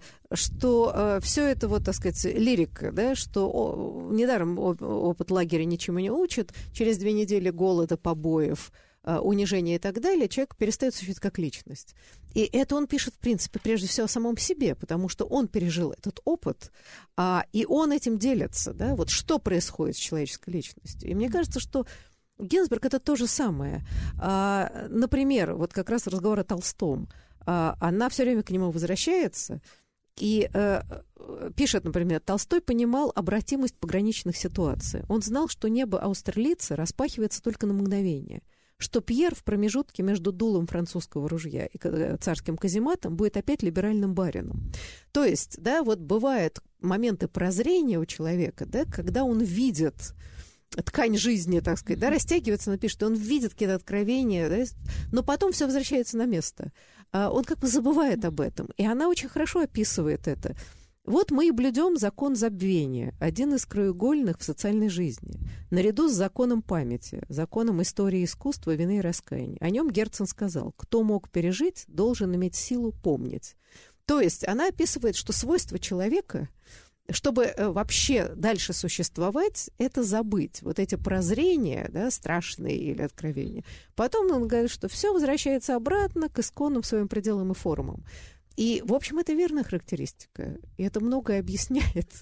что все это, вот, так сказать, лирика, да, что недаром опыт лагеря ничему не учит, через 2 недели голода, побоев, унижения и так далее, человек перестает существовать как личность. И это он пишет, в принципе, прежде всего о самом себе, потому что он пережил этот опыт, и он этим делится, да, вот что происходит с человеческой личностью. И мне кажется, что Гинзбург — это то же самое. Например, вот как раз разговор о Толстом. Она все время к нему возвращается и пишет, например, Толстой понимал обратимость пограничных ситуаций. Он знал, что небо Аустерлица распахивается только на мгновение, что Пьер в промежутке между дулом французского ружья и царским казематом будет опять либеральным барином. То есть, да, вот бывают моменты прозрения у человека, да, когда он видит ткань жизни, так сказать, да, растягивается, напишет, он видит какие-то откровения, да, но потом все возвращается на место. Он как бы забывает об этом, и она очень хорошо описывает это. Вот мы и блюдем закон забвения, один из краеугольных в социальной жизни, наряду с законом памяти, законом истории искусства, вины и раскаяния. О нем Герцен сказал: кто мог пережить, должен иметь силу помнить. То есть она описывает, что свойство человека, чтобы вообще дальше существовать, это забыть. Вот эти прозрения, да, страшные или откровения. Потом он говорит, что все возвращается обратно к исконным своим пределам и формам. И, в общем, это верная характеристика. И это многое объясняет,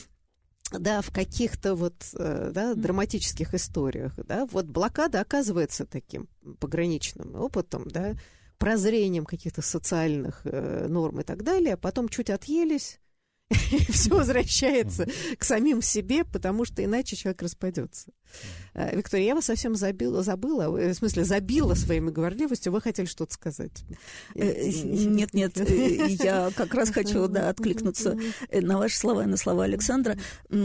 да, в каких-то вот, да, драматических историях. Да. Вот блокада оказывается таким пограничным опытом, да, прозрением каких-то социальных норм и так далее. Потом чуть отъелись, и все возвращается к самим себе, потому что иначе человек распадется. Виктория, я вас совсем забыла, в смысле, забила своими говорливостью. Вы хотели что-то сказать? Нет, я как раз хочу, да, откликнуться на ваши слова и на слова Александра.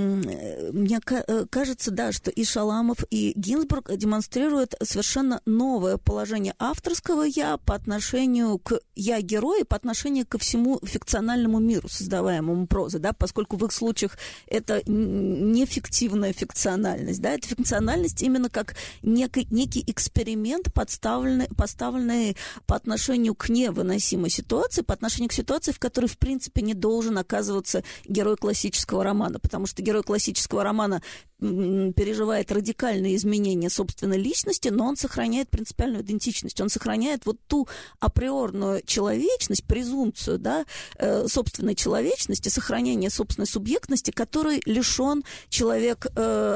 Мне кажется, да, что и Шаламов, и Гинзбург демонстрируют совершенно новое положение авторского «я» по отношению к «я-герою», по отношению ко всему фикциональному миру, создаваемому прозой, да, поскольку в их случаях это не фиктивная фикциональность, да, это фикциональность именно как некий эксперимент, поставленный по отношению к невыносимой ситуации, по отношению к ситуации, в которой, в принципе, не должен оказываться герой классического романа, потому что герой классического романа переживает радикальные изменения собственной личности, но он сохраняет принципиальную идентичность, он сохраняет вот ту априорную человечность, презумпцию, да, собственной человечности, сохранение собственной субъектности, которой лишен человек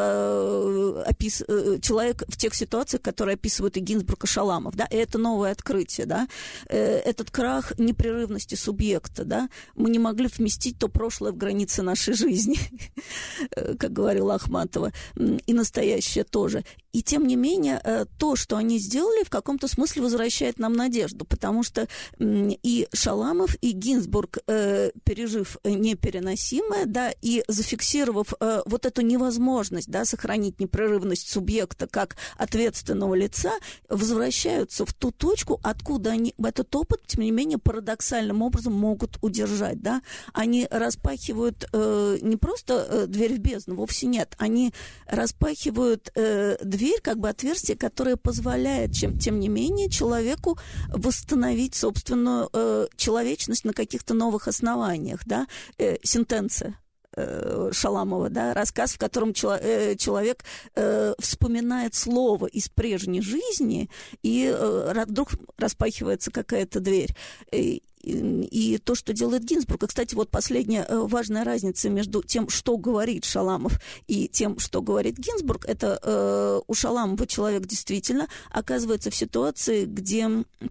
в тех ситуациях, которые описывают и Гинзбург, и Шаламов, да, и это новое открытие, да, этот крах непрерывности субъекта, да, мы не могли вместить то прошлое в границы нашей жизни, как говорил Ахматова, и настоящее тоже. И тем не менее, то, что они сделали, в каком-то смысле возвращает нам надежду, потому что и Шаламов, и Гинзбург, пережив непереносимое, да, и зафиксировав вот эту невозможность, да, сохранить непрерывность субъекта как ответственного лица, возвращаются в ту точку, откуда они этот опыт, тем не менее, парадоксальным образом могут удержать, да. Они распахивают не просто дверь в бездну, вовсе нет, они распахивают дверь, как бы отверстие, которое позволяет, тем не менее, человеку восстановить собственную человечность на каких-то новых основаниях, да, сентенция. Шаламова, да, рассказ, в котором человек вспоминает слово из прежней жизни, и вдруг распахивается какая-то дверь. И то, что делает Гинзбург. И, кстати, вот последняя важная разница между тем, что говорит Шаламов, и тем, что говорит Гинзбург, это у Шаламова человек действительно оказывается в ситуации, где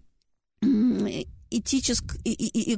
и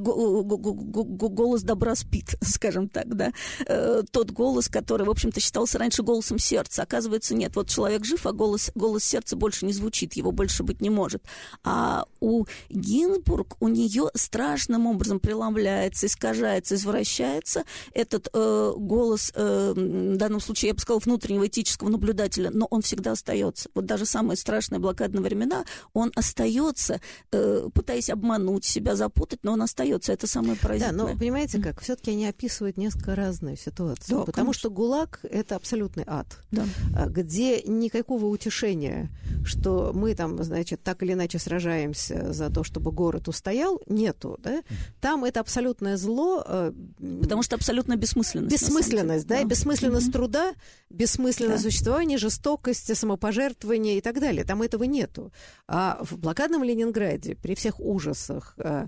голос добра спит, скажем так, да, тот голос, который, в общем-то, считался раньше голосом сердца. Оказывается, нет, вот человек жив, а голос сердца больше не звучит, его больше быть не может. А у Гинзбург, у нее страшным образом преломляется, искажается, извращается этот голос, в данном случае, я бы сказала, внутреннего этического наблюдателя, но он всегда остается. Вот даже самые страшные блокадные времена, он остается, пытаясь обмануть себя, запутать, но он остается. Это самое поразительное. Да, но понимаете как, все-таки они описывают несколько разные ситуации. Да, потому что ГУЛАГ — это абсолютный ад, да, где никакого утешения, что мы там, значит, так или иначе сражаемся за то, чтобы город устоял, нету, да? Там это абсолютное зло. Потому что абсолютно бессмысленность. Бессмысленность, да, и бессмысленность труда, бессмысленность существования, жестокость, самопожертвование и так далее. Там этого нету. А в блокадном Ленинграде при всех ужасах,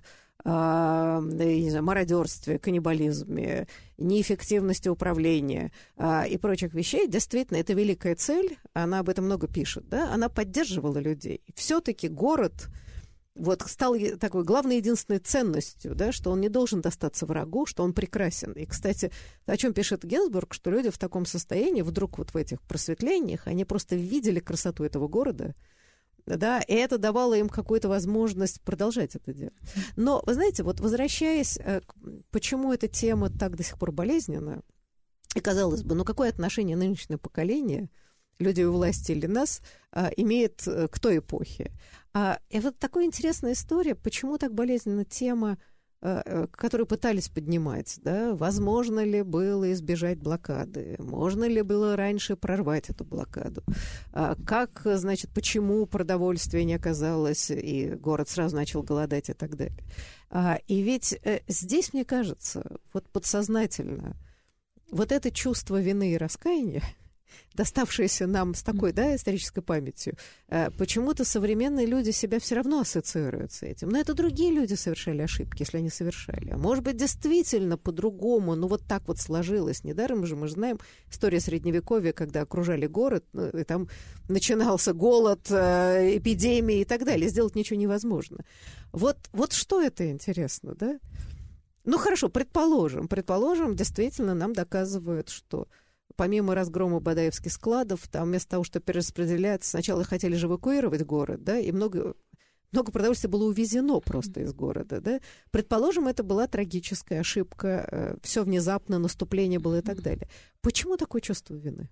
не знаю, мародерстве, каннибализме, неэффективности управления и прочих вещей, действительно, это великая цель, она об этом много пишет, да, она поддерживала людей. Все-таки город вот стал такой главной единственной ценностью, да, что он не должен достаться врагу, что он прекрасен. И, кстати, о чем пишет Гинзбург, что люди в таком состоянии, вдруг вот в этих просветлениях, они просто видели красоту этого города, да, и это давало им какую-то возможность продолжать это делать. Но, вы знаете, вот возвращаясь, почему эта тема так до сих пор болезненна, и, казалось бы, ну какое отношение нынешнее поколение, людей у власти или нас, имеет к той эпохе? И вот такая интересная история, почему так болезненна тема, которые пытались поднимать, да, возможно ли было избежать блокады, можно ли было раньше прорвать эту блокаду, как, значит, почему продовольствия не оказалось, и город сразу начал голодать и так далее. И ведь здесь, мне кажется, вот подсознательно вот это чувство вины и раскаяния, доставшееся нам с такой, да, исторической памятью, почему-то современные люди себя все равно ассоциируют с этим. Но это другие люди совершали ошибки, если они совершали. А может быть, действительно по-другому, ну вот так вот сложилось. Недаром же мы же знаем историю Средневековья, когда окружали город, ну, и там начинался голод, эпидемии и так далее. Сделать ничего невозможно. Вот что это интересно, да? Ну хорошо, предположим, действительно нам доказывают, что помимо разгрома бадаевских складов, там вместо того, чтобы перераспределять, сначала хотели же эвакуировать город, да, и много продовольствия было увезено просто из города, да. Предположим, это была трагическая ошибка, все внезапно, наступление было и так далее. Почему такое чувство вины?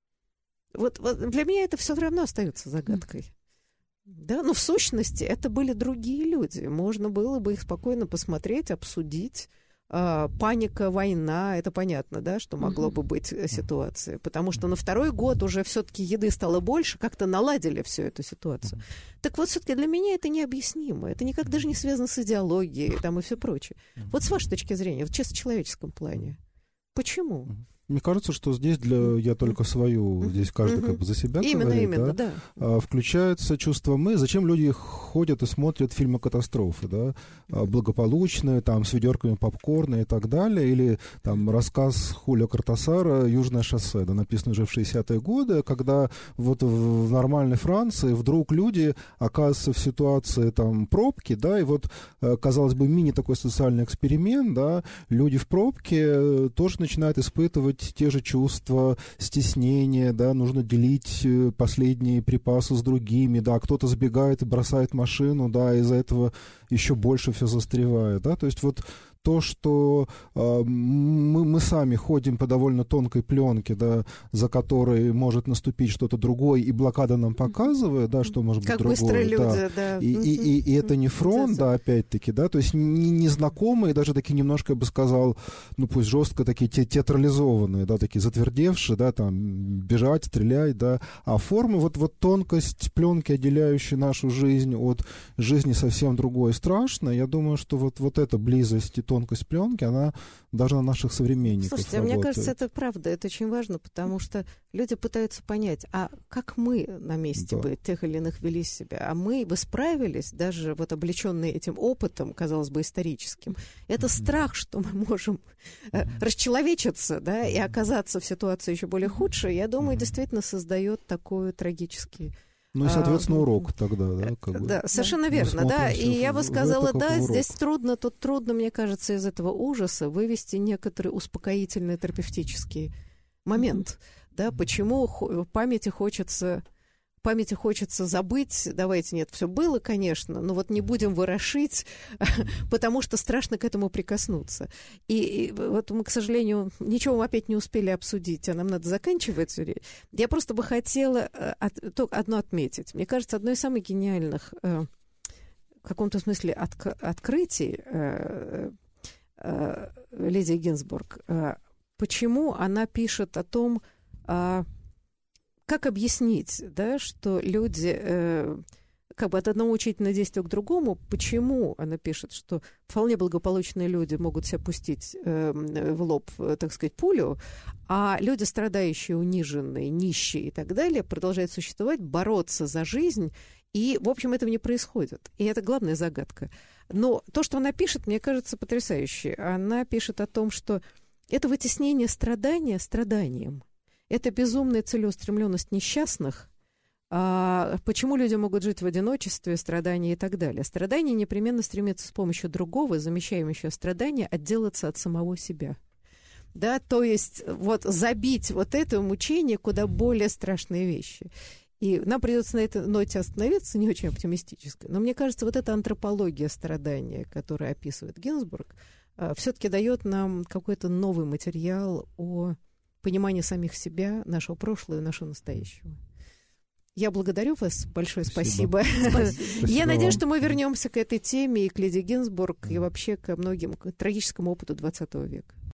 Вот для меня это все равно остается загадкой. Да, но в сущности это были другие люди. Можно было бы их спокойно посмотреть, обсудить. Паника, война, это понятно, да, что могло бы быть ситуация. Потому что на второй год уже все-таки еды стало больше, как-то наладили всю эту ситуацию. Так вот, все-таки для меня это необъяснимо. Это никак даже не связано с идеологией там, и все прочее. Вот с вашей точки зрения, в чисто человеческом плане, почему? Мне кажется, что здесь я только свою, здесь каждый как бы за себя говорит, именно, да. Включается чувство «мы». Зачем люди ходят и смотрят фильмы катастрофы, да? Благополучные, там, с ведерками попкорна и так далее, или там рассказ Хулио Кортасара «Южное шоссе», да, написанный уже в 60-е годы, когда вот в нормальной Франции вдруг люди оказываются в ситуации там пробки, да, и вот, казалось бы, мини такой социальный эксперимент, да, люди в пробке тоже начинают испытывать те же чувства стеснения, да, нужно делить последние припасы с другими, да, кто-то сбегает и бросает машину, да, из-за этого еще больше все застревает, да, то есть вот то, что мы сами ходим по довольно тонкой пленке, да, за которой может наступить что-то другое, и блокада нам показывает, да, что может быть другое. Как быстро люди, да. И это не фронт, да, опять-таки, да, то есть незнакомые, даже такие немножко, я бы сказал, ну пусть жестко такие театрализованные, да, такие затвердевшие, да, там, бежать, стрелять, да, а формы, вот тонкость пленки, отделяющая нашу жизнь от жизни совсем другой, страшно. Я думаю, что вот эта близость и тонкость пленки, она даже на наших современников Слушайте, работает. мне кажется, это правда, это очень важно, потому что люди пытаются понять, а как мы на месте бы тех или иных вели себя, а мы бы справились, даже вот облеченные этим опытом, казалось бы, историческим. Это страх, что мы можем расчеловечиться, да, и оказаться в ситуации еще более худшей, я думаю, действительно создает такой трагический... Ну и, соответственно, урок тогда, да? Как бы. Да, совершенно верно, да. И я бы сказала, да, здесь трудно, мне кажется, из этого ужаса вывести некоторый успокоительный терапевтический момент, да, почему памяти хочется забыть, давайте, нет, все было, конечно, но вот не будем ворошить, потому что страшно к этому прикоснуться. И вот мы, к сожалению, ничего мы опять не успели обсудить, а нам надо заканчивать. Я просто бы хотела одно отметить. Мне кажется, одно из самых гениальных, в каком-то смысле, открытий Лидии Гинзбург, почему она пишет о том, как объяснить, да, что люди как бы от одного учительного действия к другому, почему она пишет, что вполне благополучные люди могут себя пустить в лоб, так сказать, пулю, а люди, страдающие, униженные, нищие и так далее, продолжают существовать, бороться за жизнь, и, в общем, этого не происходит. И это главная загадка. Но то, что она пишет, мне кажется, потрясающе. Она пишет о том, что это вытеснение страдания страданием. Это безумная целеустремленность несчастных. Почему люди могут жить в одиночестве, страдании и так далее? Страдание непременно стремится с помощью другого, замещающего страдания, отделаться от самого себя. Да, то есть вот забить вот это мучение куда более страшные вещи. И нам придется на этой ноте остановиться, не очень оптимистической. Но мне кажется, вот эта антропология страдания, которую описывает Гинзбург, все-таки дает нам какой-то новый материал о понимании самих себя, нашего прошлого и нашего настоящего. Я благодарю вас. Большое спасибо. Я надеюсь, что мы вернемся к этой теме и к Лидии Гинзбург, и вообще ко многим, к трагическому опыту XX века.